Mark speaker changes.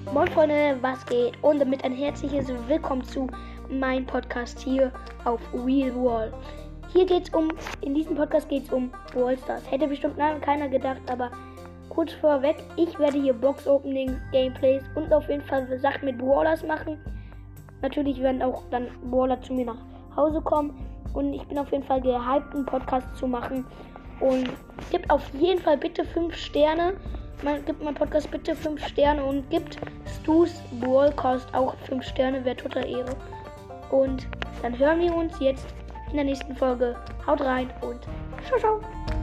Speaker 1: Moin Freunde, was geht? Und damit ein herzliches Willkommen zu meinem Podcast hier auf Real Wall. In diesem Podcast geht es um Brawl Stars. Hätte bestimmt keiner gedacht, aber kurz vorweg, ich werde hier Box-Opening, Gameplays und auf jeden Fall Sachen mit Brawlers machen. Natürlich werden auch dann Brawler zu mir nach Hause kommen und ich bin auf jeden Fall gehypt, einen Podcast zu machen. Und gebt auf jeden Fall bitte 5 Sterne. Gibt meinem Podcast bitte 5 Sterne und gibt Stu's Brawlcast auch 5 Sterne, wäre total Ehre. Und dann hören wir uns jetzt in der nächsten Folge. Haut rein und ciao, ciao.